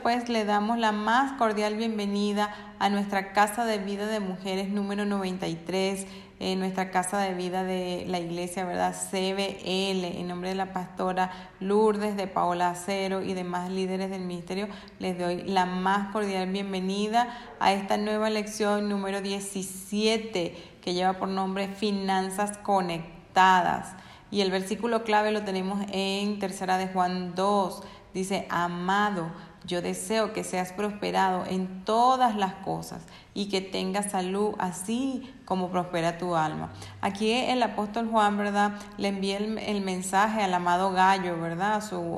Pues le damos la más cordial bienvenida a nuestra Casa de Vida de Mujeres número 93, nuestra Casa de Vida de la Iglesia, ¿verdad? CBL, en nombre de la pastora Lourdes, de Paola Acero y demás líderes del ministerio, les doy la más cordial bienvenida a esta nueva lección número 17, que lleva por nombre Finanzas Conectadas. Y el versículo clave lo tenemos en 3 de Juan 2, dice: amado, yo deseo que seas prosperado en todas las cosas y que tengas salud, así como prospera tu alma. Aquí el apóstol Juan, ¿verdad?, le envía el mensaje al amado Gallo, ¿verdad?,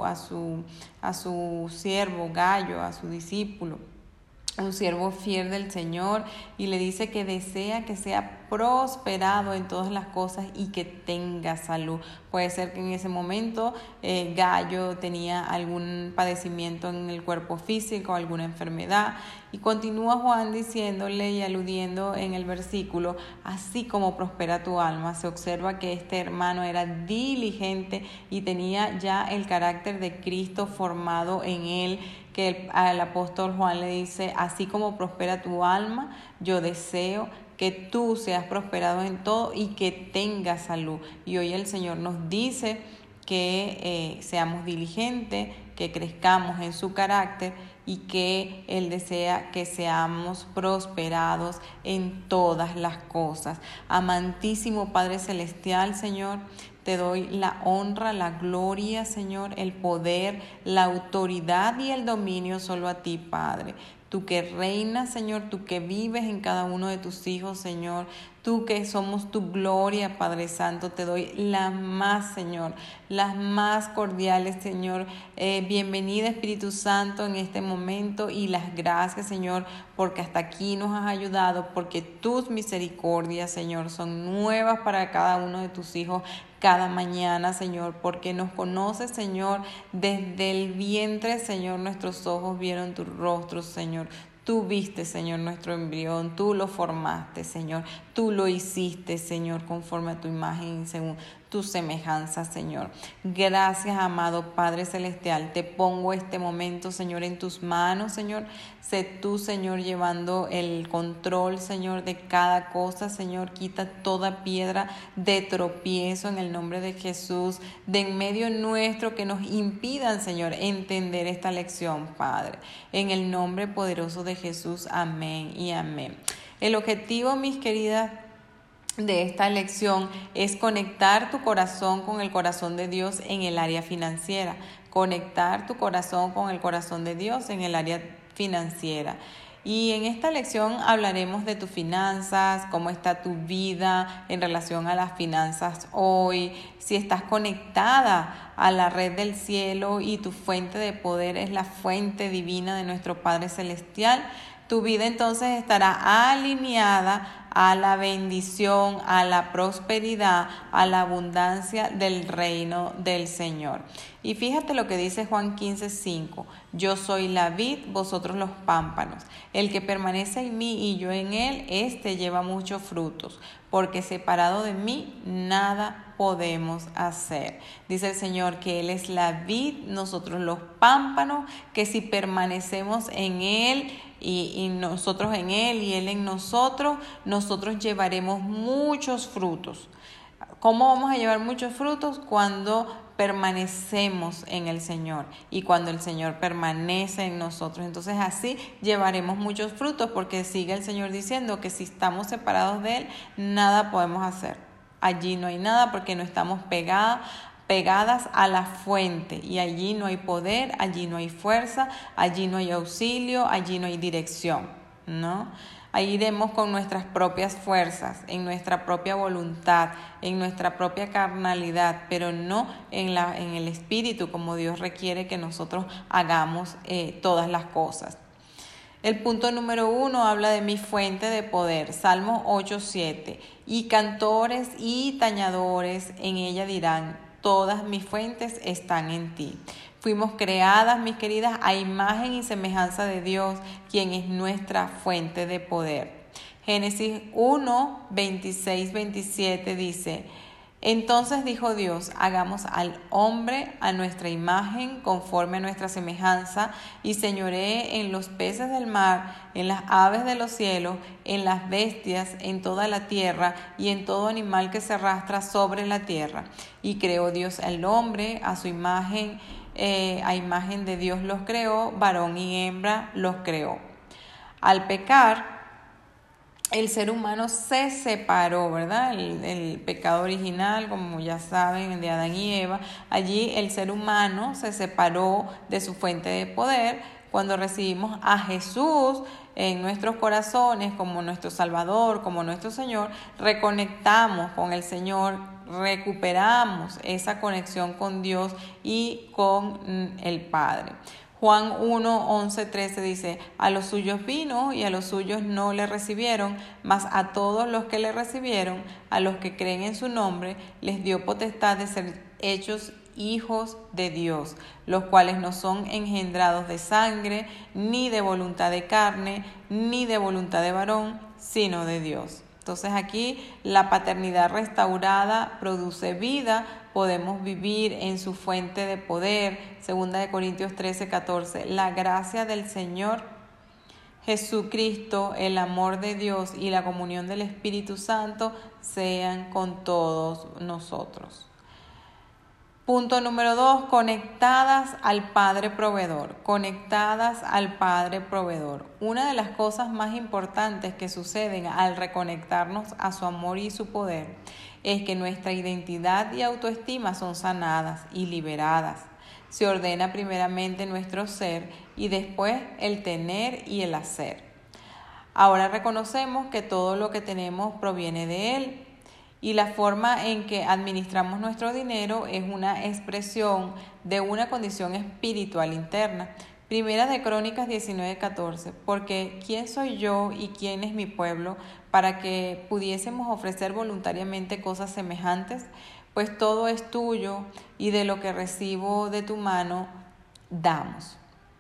a su siervo Gallo, a su discípulo, un siervo fiel del Señor, y le dice que desea que sea prosperado en todas las cosas y que tenga salud. Puede ser que en ese momento Gallo tenía algún padecimiento en el cuerpo físico, alguna enfermedad, y continúa Juan diciéndole y aludiendo en el versículo: así como prospera tu alma. Se observa que este hermano era diligente y tenía ya el carácter de Cristo formado en él, que al apóstol Juan le dice: así como prospera tu alma, yo deseo que tú seas prosperado en todo y que tengas salud. Y hoy el Señor nos dice que seamos diligentes, que crezcamos en su carácter y que Él desea que seamos prosperados en todas las cosas. Amantísimo Padre Celestial, Señor, te doy la honra, la gloria, Señor, el poder, la autoridad y el dominio solo a ti, Padre. Tú que reinas, Señor, tú que vives en cada uno de tus hijos, Señor, tú que somos tu gloria, Padre Santo, te doy las más, Señor, las más cordiales, Señor. Bienvenida, Espíritu Santo, en este momento, y las gracias, Señor, porque hasta aquí nos has ayudado, porque tus misericordias, Señor, son nuevas para cada uno de tus hijos cada mañana, Señor, porque nos conoces, Señor, desde el vientre, Señor. Nuestros ojos vieron tu rostro, Señor. Tú viste, Señor, nuestro embrión, tú lo formaste, Señor, tú lo hiciste, Señor, conforme a tu imagen y según tu semejanza, Señor. Gracias, amado Padre Celestial. Te pongo este momento, Señor, en tus manos, Señor. Sé tú, Señor, llevando el control, Señor, de cada cosa, Señor. Quita toda piedra de tropiezo en el nombre de Jesús, de en medio nuestro, que nos impidan, Señor, entender esta lección, Padre. En el nombre poderoso de Jesús, amén y amén. El objetivo, mis queridas, de esta lección es conectar tu corazón con el corazón de Dios en el área financiera. Conectar tu corazón con el corazón de Dios en el área financiera. Y en esta lección hablaremos de tus finanzas, cómo está tu vida en relación a las finanzas hoy, si estás conectada a la red del cielo y tu fuente de poder es la fuente divina de nuestro Padre Celestial. Tu vida entonces estará alineada a la bendición, a la prosperidad, a la abundancia del reino del Señor. Y fíjate lo que dice Juan 15:5. Yo soy la vid, vosotros los pámpanos. El que permanece en mí y yo en él, éste lleva muchos frutos, porque separado de mí nada podemos hacer. Dice el Señor que Él es la vid, nosotros los pámpanos, que si permanecemos en Él y nosotros en Él y Él en nosotros, nosotros llevaremos muchos frutos. ¿Cómo vamos a llevar muchos frutos? Cuando permanecemos en el Señor y cuando el Señor permanece en nosotros. Entonces así llevaremos muchos frutos, porque sigue el Señor diciendo que si estamos separados de Él, nada podemos hacer. Allí no hay nada porque no estamos pegadas a la fuente, y allí no hay poder, allí no hay fuerza, allí no hay auxilio, allí no hay dirección, ¿no? Ahí iremos con nuestras propias fuerzas, en nuestra propia voluntad, en nuestra propia carnalidad, pero no en el espíritu, como Dios requiere que nosotros hagamos todas las cosas. El punto número 1 habla de mi fuente de poder, Salmos 8:7. Y cantores y tañadores en ella dirán: todas mis fuentes están en ti. Fuimos creadas, mis queridas, a imagen y semejanza de Dios, quien es nuestra fuente de poder. Génesis 1, 26, 27 dice: Entonces dijo Dios, hagamos al hombre a nuestra imagen, conforme a nuestra semejanza, y señoree en los peces del mar, en las aves de los cielos, en las bestias, en toda la tierra, y en todo animal que se arrastra sobre la tierra. Y creó Dios al hombre, a su imagen, a imagen de Dios los creó, varón y hembra los creó. Al pecar, el ser humano se separó, ¿verdad? El pecado original, como ya saben, de Adán y Eva. Allí el ser humano se separó de su fuente de poder. Cuando recibimos a Jesús en nuestros corazones como nuestro Salvador, como nuestro Señor, reconectamos con el Señor, recuperamos esa conexión con Dios y con el Padre. Juan 1, 11, 13 dice, a los suyos vino y a los suyos no le recibieron, mas a todos los que le recibieron, a los que creen en su nombre, les dio potestad de ser hechos hijos de Dios, los cuales no son engendrados de sangre, ni de voluntad de carne, ni de voluntad de varón, sino de Dios. Entonces aquí la paternidad restaurada produce vida, podemos vivir en su fuente de poder. 2 Corintios 13, 14. La gracia del Señor Jesucristo, el amor de Dios y la comunión del Espíritu Santo sean con todos nosotros. Punto número 2, conectadas al Padre Proveedor, conectadas al Padre Proveedor. Una de las cosas más importantes que suceden al reconectarnos a su amor y su poder es que nuestra identidad y autoestima son sanadas y liberadas. Se ordena primeramente nuestro ser y después el tener y el hacer. Ahora reconocemos que todo lo que tenemos proviene de Él. Y la forma en que administramos nuestro dinero es una expresión de una condición espiritual interna. Primera de Crónicas 19:14, porque ¿quién soy yo y quién es mi pueblo para que pudiésemos ofrecer voluntariamente cosas semejantes? Pues todo es tuyo y de lo que recibo de tu mano damos.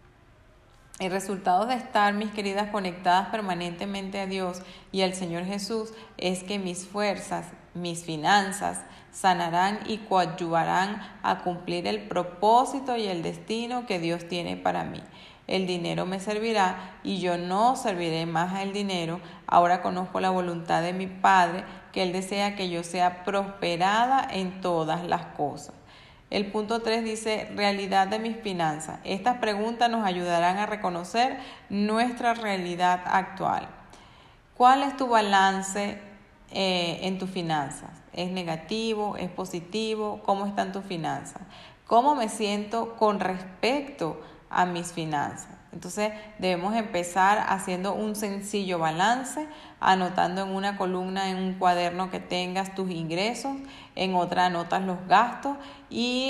El resultado de estar, mis queridas, conectadas permanentemente a Dios y al Señor Jesús es que mis fuerzas, mis finanzas, sanarán y coadyuvarán a cumplir el propósito y el destino que Dios tiene para mí. El dinero me servirá y yo no serviré más al dinero. Ahora conozco la voluntad de mi Padre, que Él desea que yo sea prosperada en todas las cosas. El punto 3 dice, realidad de mis finanzas. Estas preguntas nos ayudarán a reconocer nuestra realidad actual. ¿Cuál es tu balance en tus finanzas? ¿Es negativo? ¿Es positivo? ¿Cómo están tus finanzas? ¿Cómo me siento con respecto a mis finanzas? Entonces debemos empezar haciendo un sencillo balance, anotando en una columna, en un cuaderno que tengas tus ingresos, en otra anotas los gastos y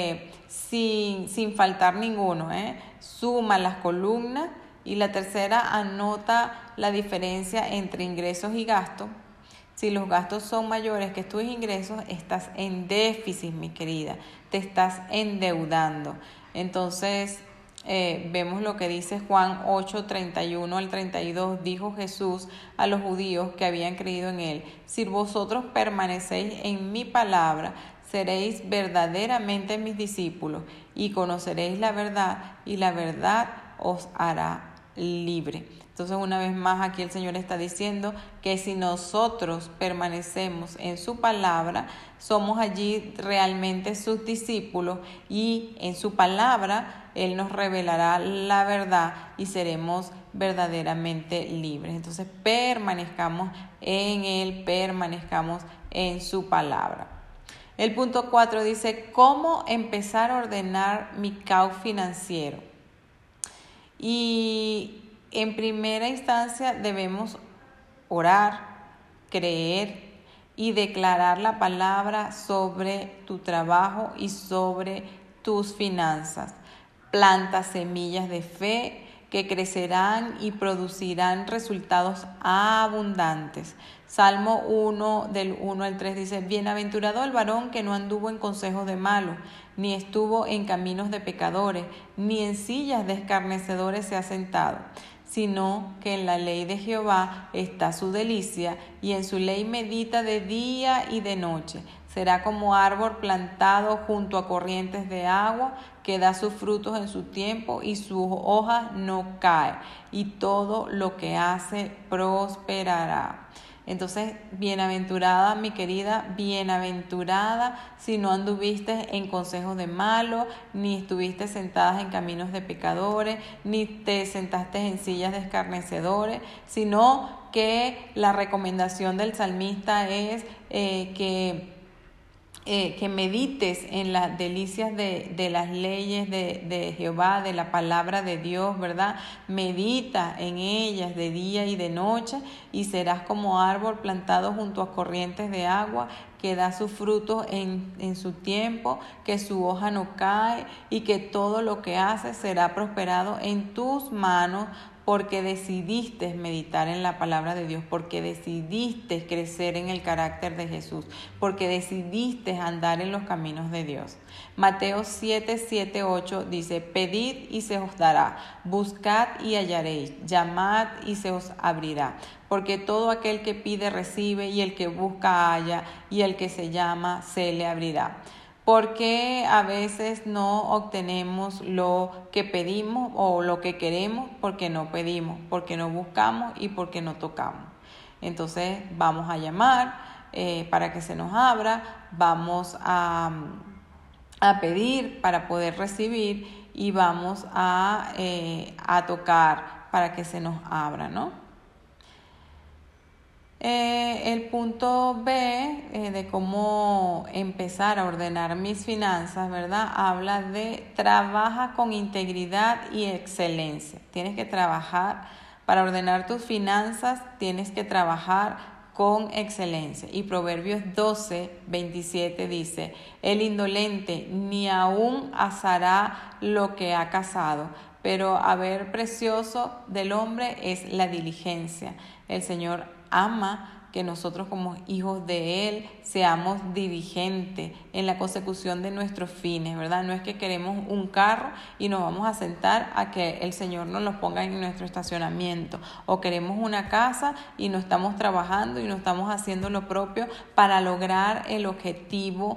sin faltar ninguno, suma las columnas y la tercera anota la diferencia entre ingresos y gastos. Si los gastos son mayores que tus ingresos, estás en déficit, mi querida, te estás endeudando. Entonces, vemos lo que dice Juan 8, 31 al 32. Dijo Jesús a los judíos que habían creído en Él, si vosotros permanecéis en mi palabra, seréis verdaderamente mis discípulos y conoceréis la verdad y la verdad os hará libre. Entonces, una vez más, aquí el Señor está diciendo que si nosotros permanecemos en su palabra, somos allí realmente sus discípulos y en su palabra Él nos revelará la verdad y seremos verdaderamente libres. Entonces, permanezcamos en Él, permanezcamos en su palabra. El punto 4 dice, ¿cómo empezar a ordenar mi caos financiero? Y en primera instancia debemos orar, creer y declarar la palabra sobre tu trabajo y sobre tus finanzas. Planta semillas de fe que crecerán y producirán resultados abundantes. Salmo 1, del 1 al 3 dice, bienaventurado el varón que no anduvo en consejos de malos, ni estuvo en caminos de pecadores, ni en sillas de escarnecedores se ha sentado, sino que en la ley de Jehová está su delicia, y en su ley medita de día y de noche. Será como árbol plantado junto a corrientes de agua, que da sus frutos en su tiempo y sus hojas no cae, y todo lo que hace prosperará. Entonces, bienaventurada, mi querida, bienaventurada si no anduviste en consejos de malos, ni estuviste sentada en caminos de pecadores, ni te sentaste en sillas de escarnecedores, sino que la recomendación del salmista es que medites en las delicias de las leyes de Jehová, de la palabra de Dios, ¿verdad? Medita en ellas de día y de noche, y serás como árbol plantado junto a corrientes de agua, que da sus frutos en su tiempo, que su hoja no cae, y que todo lo que hace será prosperado en tus manos, porque decidiste meditar en la palabra de Dios, porque decidiste crecer en el carácter de Jesús, porque decidiste andar en los caminos de Dios. Mateo 7:8 dice: pedid y se os dará, buscad y hallaréis, llamad y se os abrirá. Porque todo aquel que pide recibe, y el que busca halla, y el que se llama se le abrirá. Porque a veces no obtenemos lo que pedimos o lo que queremos, porque no pedimos, porque no buscamos y porque no tocamos. Entonces vamos a llamar para que se nos abra, vamos a pedir para poder recibir, y vamos a tocar para que se nos abra, ¿no? El punto B de cómo empezar a ordenar mis finanzas, ¿verdad? Habla de trabaja con integridad y excelencia. Tienes que trabajar para ordenar tus finanzas, tienes que trabajar con excelencia. Y Proverbios 12:27 dice: el indolente ni aún asará lo que ha cazado, pero haber precioso del hombre es la diligencia. El Señor ama que nosotros como hijos de Él seamos diligentes en la consecución de nuestros fines, ¿verdad? No es que queremos un carro y nos vamos a sentar a que el Señor nos lo ponga en nuestro estacionamiento, o queremos una casa y no estamos trabajando y no estamos haciendo lo propio para lograr el objetivo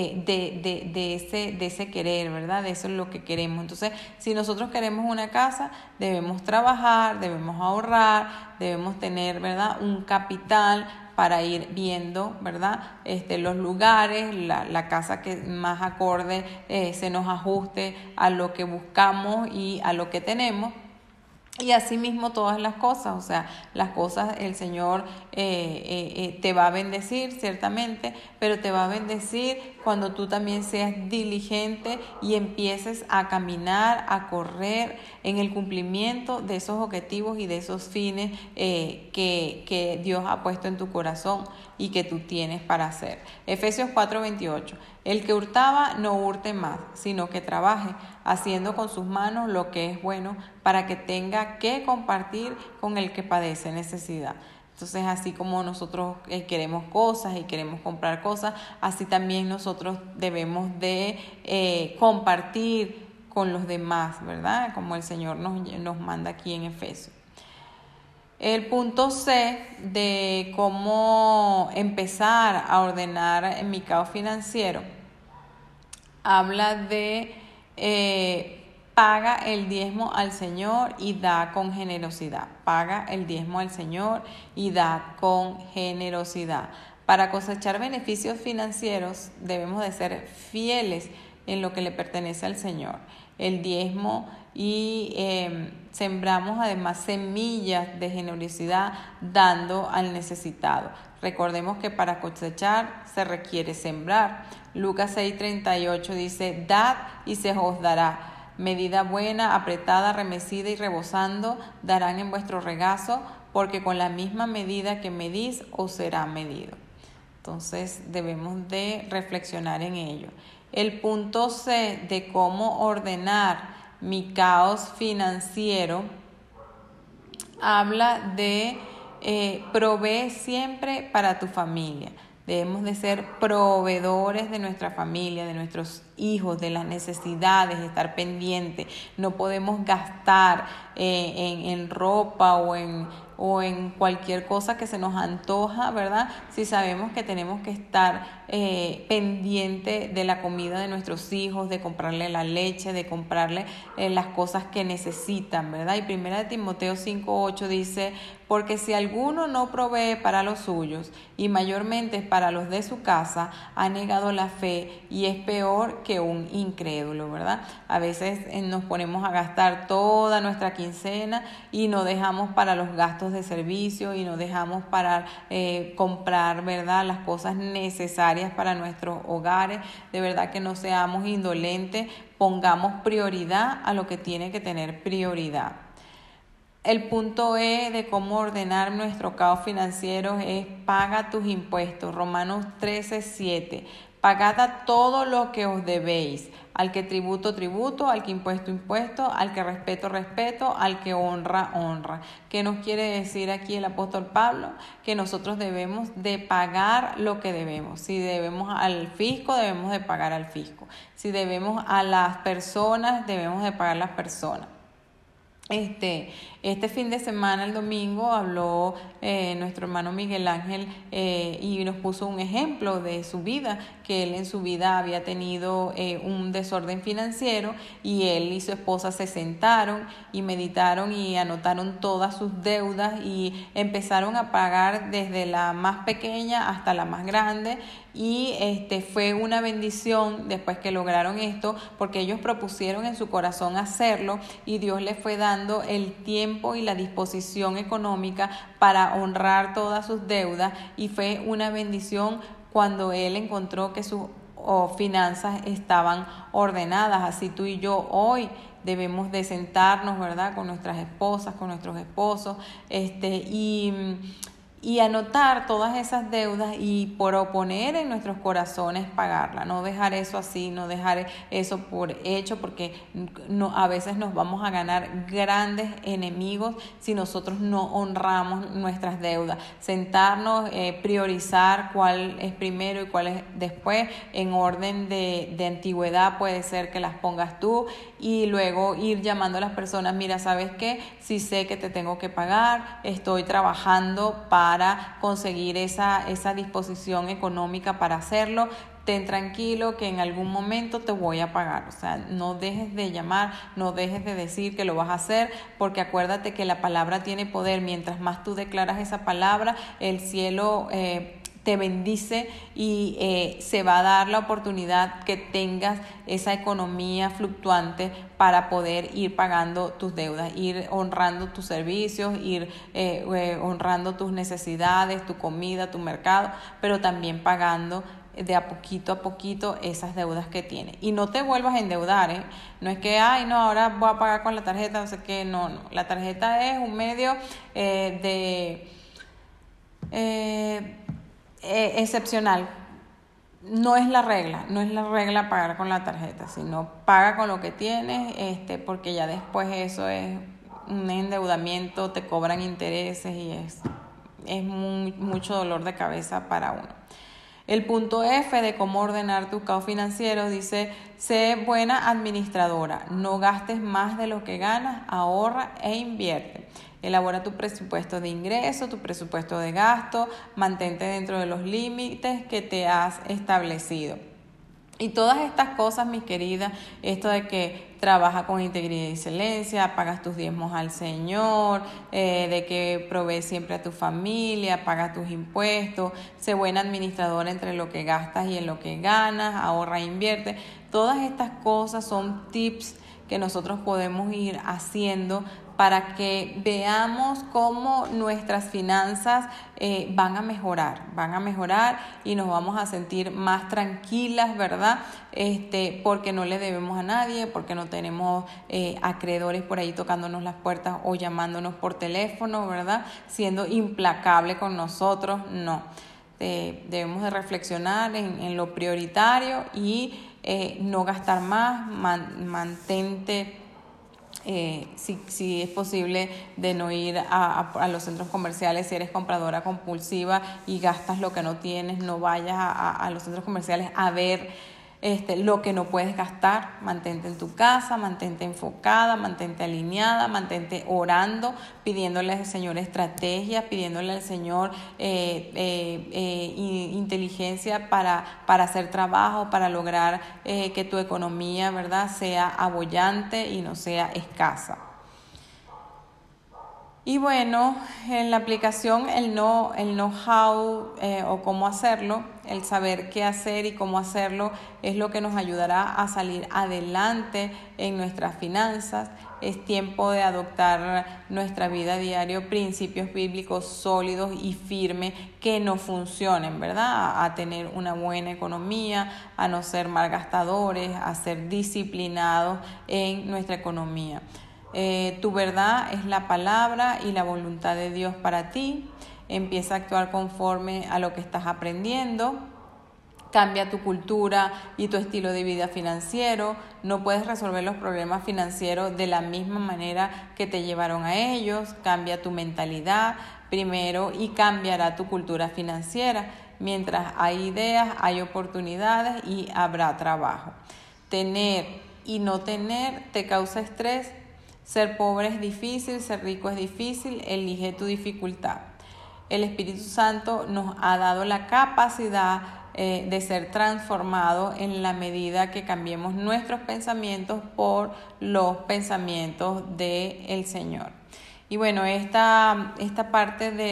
de ese querer, ¿verdad? De eso es lo que queremos. Entonces, si nosotros queremos una casa, debemos trabajar, debemos ahorrar, debemos tener, ¿verdad?, un capital para ir viendo, ¿verdad?, los lugares, la casa que más acorde se nos ajuste a lo que buscamos y a lo que tenemos. Y así mismo todas las cosas, o sea, las cosas el Señor te va a bendecir ciertamente, pero te va a bendecir cuando tú también seas diligente y empieces a caminar, a correr en el cumplimiento de esos objetivos y de esos fines que Dios ha puesto en tu corazón y que tú tienes para hacer. Efesios 4:28. El que hurtaba no hurte más, sino que trabaje, haciendo con sus manos lo que es bueno, para que tenga que compartir con el que padece necesidad. Entonces, así como nosotros queremos cosas y queremos comprar cosas, así también nosotros debemos de compartir con los demás, ¿verdad? Como el Señor nos manda aquí en Efesios. El punto C de cómo empezar a ordenar mi caos financiero habla de paga el diezmo al Señor y da con generosidad. Paga el diezmo al Señor y da con generosidad. Para cosechar beneficios financieros debemos de ser fieles en lo que le pertenece al Señor. El diezmo, y sembramos además semillas de generosidad dando al necesitado. Recordemos que para cosechar se requiere sembrar. Lucas 6:38 dice: dad y se os dará. Medida buena, apretada, remecida y rebosando darán en vuestro regazo, porque con la misma medida que medís os será medido. Entonces debemos de reflexionar en ello. El punto C de cómo ordenar mi caos financiero habla de provee siempre para tu familia. Debemos de ser proveedores de nuestra familia, de nuestros hijos, de las necesidades, estar pendiente. No podemos gastar en ropa o en cualquier cosa que se nos antoja, ¿verdad? Si sabemos que tenemos que estar pendiente de la comida de nuestros hijos, de comprarle la leche, de comprarle las cosas que necesitan, ¿verdad? Y 1 Timoteo 5:8 dice: porque si alguno no provee para los suyos, y mayormente para los de su casa, ha negado la fe y es peor que un incrédulo, ¿verdad? A veces nos ponemos a gastar toda nuestra quincena y no dejamos para los gastos de servicio y no dejamos para comprar, ¿verdad?, las cosas necesarias para nuestros hogares. De verdad que no seamos indolentes, pongamos prioridad a lo que tiene que tener prioridad. El punto E de cómo ordenar nuestro caos financiero es: paga tus impuestos. Romanos 13:7. Pagad a todo lo que os debéis, al que tributo, tributo, al que impuesto, impuesto, al que respeto, respeto, al que honra, honra. ¿Qué nos quiere decir aquí el apóstol Pablo? Que nosotros debemos de pagar lo que debemos. Si debemos al fisco, debemos de pagar al fisco. Si debemos a las personas, debemos de pagar las personas. Este fin de semana, el domingo, habló nuestro hermano Miguel Ángel y nos puso un ejemplo de su vida, que él en su vida había tenido un desorden financiero, y él y su esposa se sentaron y meditaron y anotaron todas sus deudas y empezaron a pagar desde la más pequeña hasta la más grande. Y fue una bendición después que lograron esto, porque ellos propusieron en su corazón hacerlo y Dios les fue dando el tiempo y la disposición económica para honrar todas sus deudas, y fue una bendición cuando él encontró que sus finanzas estaban ordenadas. Así tú y yo hoy debemos de sentarnos, ¿verdad?, con nuestras esposas, con nuestros esposos, y anotar todas esas deudas y proponer en nuestros corazones pagarla. No dejar eso así, no dejar eso por hecho, porque a veces nos vamos a ganar grandes enemigos si nosotros no honramos nuestras deudas. Sentarnos, priorizar cuál es primero y cuál es después, en orden de antigüedad puede ser que las pongas tú, y luego ir llamando a las personas: mira, ¿sabes qué? Sí sé que te tengo que pagar, estoy trabajando para conseguir esa disposición económica para hacerlo. Ten tranquilo que en algún momento te voy a pagar. O sea, no dejes de llamar, no dejes de decir que lo vas a hacer, porque acuérdate que la palabra tiene poder. Mientras más tú declaras esa palabra, el cielo te bendice y se va a dar la oportunidad que tengas esa economía fluctuante para poder ir pagando tus deudas, ir honrando tus servicios, ir honrando tus necesidades, tu comida, tu mercado, pero también pagando de a poquito esas deudas que tienes. Y no te vuelvas a endeudar, ¿eh? No es que, ahora voy a pagar con la tarjeta, no sé qué, no. La tarjeta es un medio excepcional. No es la regla pagar con la tarjeta, sino paga con lo que tienes, porque ya después eso es un endeudamiento, te cobran intereses y es mucho dolor de cabeza para uno. El punto F de cómo ordenar tu caos financiero dice: sé buena administradora, no gastes más de lo que ganas, ahorra e invierte. Elabora tu presupuesto de ingreso, tu presupuesto de gasto, mantente dentro de los límites que te has establecido. Y todas estas cosas, mis queridas, esto de que trabaja con integridad y excelencia, pagas tus diezmos al Señor, de que provees siempre a tu familia, pagas tus impuestos, sé buena administradora entre lo que gastas y en lo que ganas, ahorra e invierte. Todas estas cosas son tips que nosotros podemos ir haciendo para que veamos cómo nuestras finanzas van a mejorar y nos vamos a sentir más tranquilas, ¿verdad? Porque no le debemos a nadie, porque no tenemos acreedores por ahí tocándonos las puertas o llamándonos por teléfono, ¿verdad? Siendo implacable con nosotros, no. Debemos de reflexionar en lo prioritario y no gastar más, mantente. Si es posible, de no ir a los centros comerciales. Si eres compradora compulsiva y gastas lo que no tienes, no vayas a los centros comerciales a ver lo que no puedes gastar. Mantente en tu casa, mantente enfocada, mantente alineada, mantente orando, pidiéndole al Señor estrategias, pidiéndole al Señor inteligencia para hacer trabajo, para lograr que tu economía, ¿verdad?, sea abollante y no sea escasa. Y bueno, en la aplicación el know-how o cómo hacerlo, el saber qué hacer y cómo hacerlo es lo que nos ayudará a salir adelante en nuestras finanzas. Es tiempo de adoptar nuestra vida diaria principios bíblicos sólidos y firmes que nos funcionen, ¿verdad? A tener una buena economía, a no ser malgastadores, a ser disciplinados en nuestra economía. Tu verdad es la palabra y la voluntad de Dios para ti. Empieza a actuar conforme a lo que estás aprendiendo. Cambia tu cultura y tu estilo de vida financiero. No puedes resolver los problemas financieros de la misma manera que te llevaron a ellos. Cambia tu mentalidad primero y cambiará tu cultura financiera. Mientras hay ideas, hay oportunidades y habrá trabajo. Tener y no tener te causa estrés. Ser pobre es difícil, ser rico es difícil, elige tu dificultad. El Espíritu Santo nos ha dado la capacidad de ser transformados en la medida que cambiemos nuestros pensamientos por los pensamientos del Señor. Y bueno, esta parte de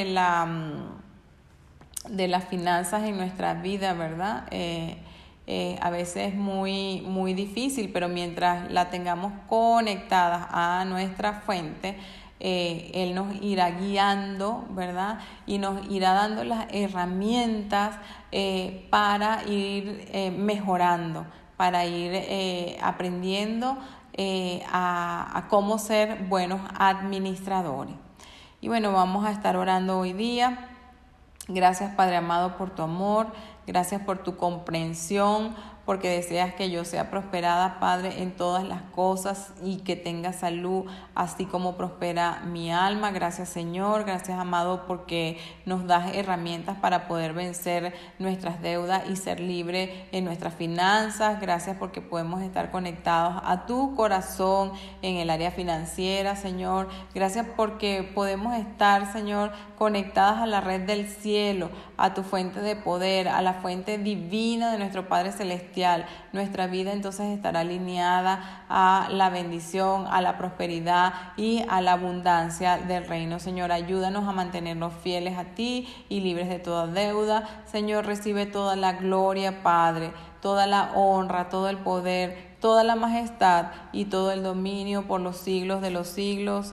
las finanzas en nuestra vida, ¿verdad?, a veces es muy difícil, pero mientras la tengamos conectadas a nuestra fuente, Él nos irá guiando, ¿verdad? Y nos irá dando las herramientas para ir mejorando, para ir aprendiendo a cómo ser buenos administradores. Y bueno, vamos a estar orando hoy día. Gracias, Padre amado, por tu amor. Gracias por tu comprensión, porque deseas que yo sea prosperada, Padre, en todas las cosas y que tenga salud, así como prospera mi alma. Gracias, Señor. Gracias, amado, porque nos das herramientas para poder vencer nuestras deudas y ser libres en nuestras finanzas. Gracias porque podemos estar conectados a tu corazón en el área financiera, Señor. Gracias porque podemos estar, Señor, conectadas a la red del cielo, a tu fuente de poder, a la fuente divina de nuestro Padre Celestial. Nuestra vida entonces estará alineada a la bendición, a la prosperidad y a la abundancia del reino. Señor, ayúdanos a mantenernos fieles a ti y libres de toda deuda. Señor, recibe toda la gloria, Padre, toda la honra, todo el poder, toda la majestad y todo el dominio por los siglos de los siglos.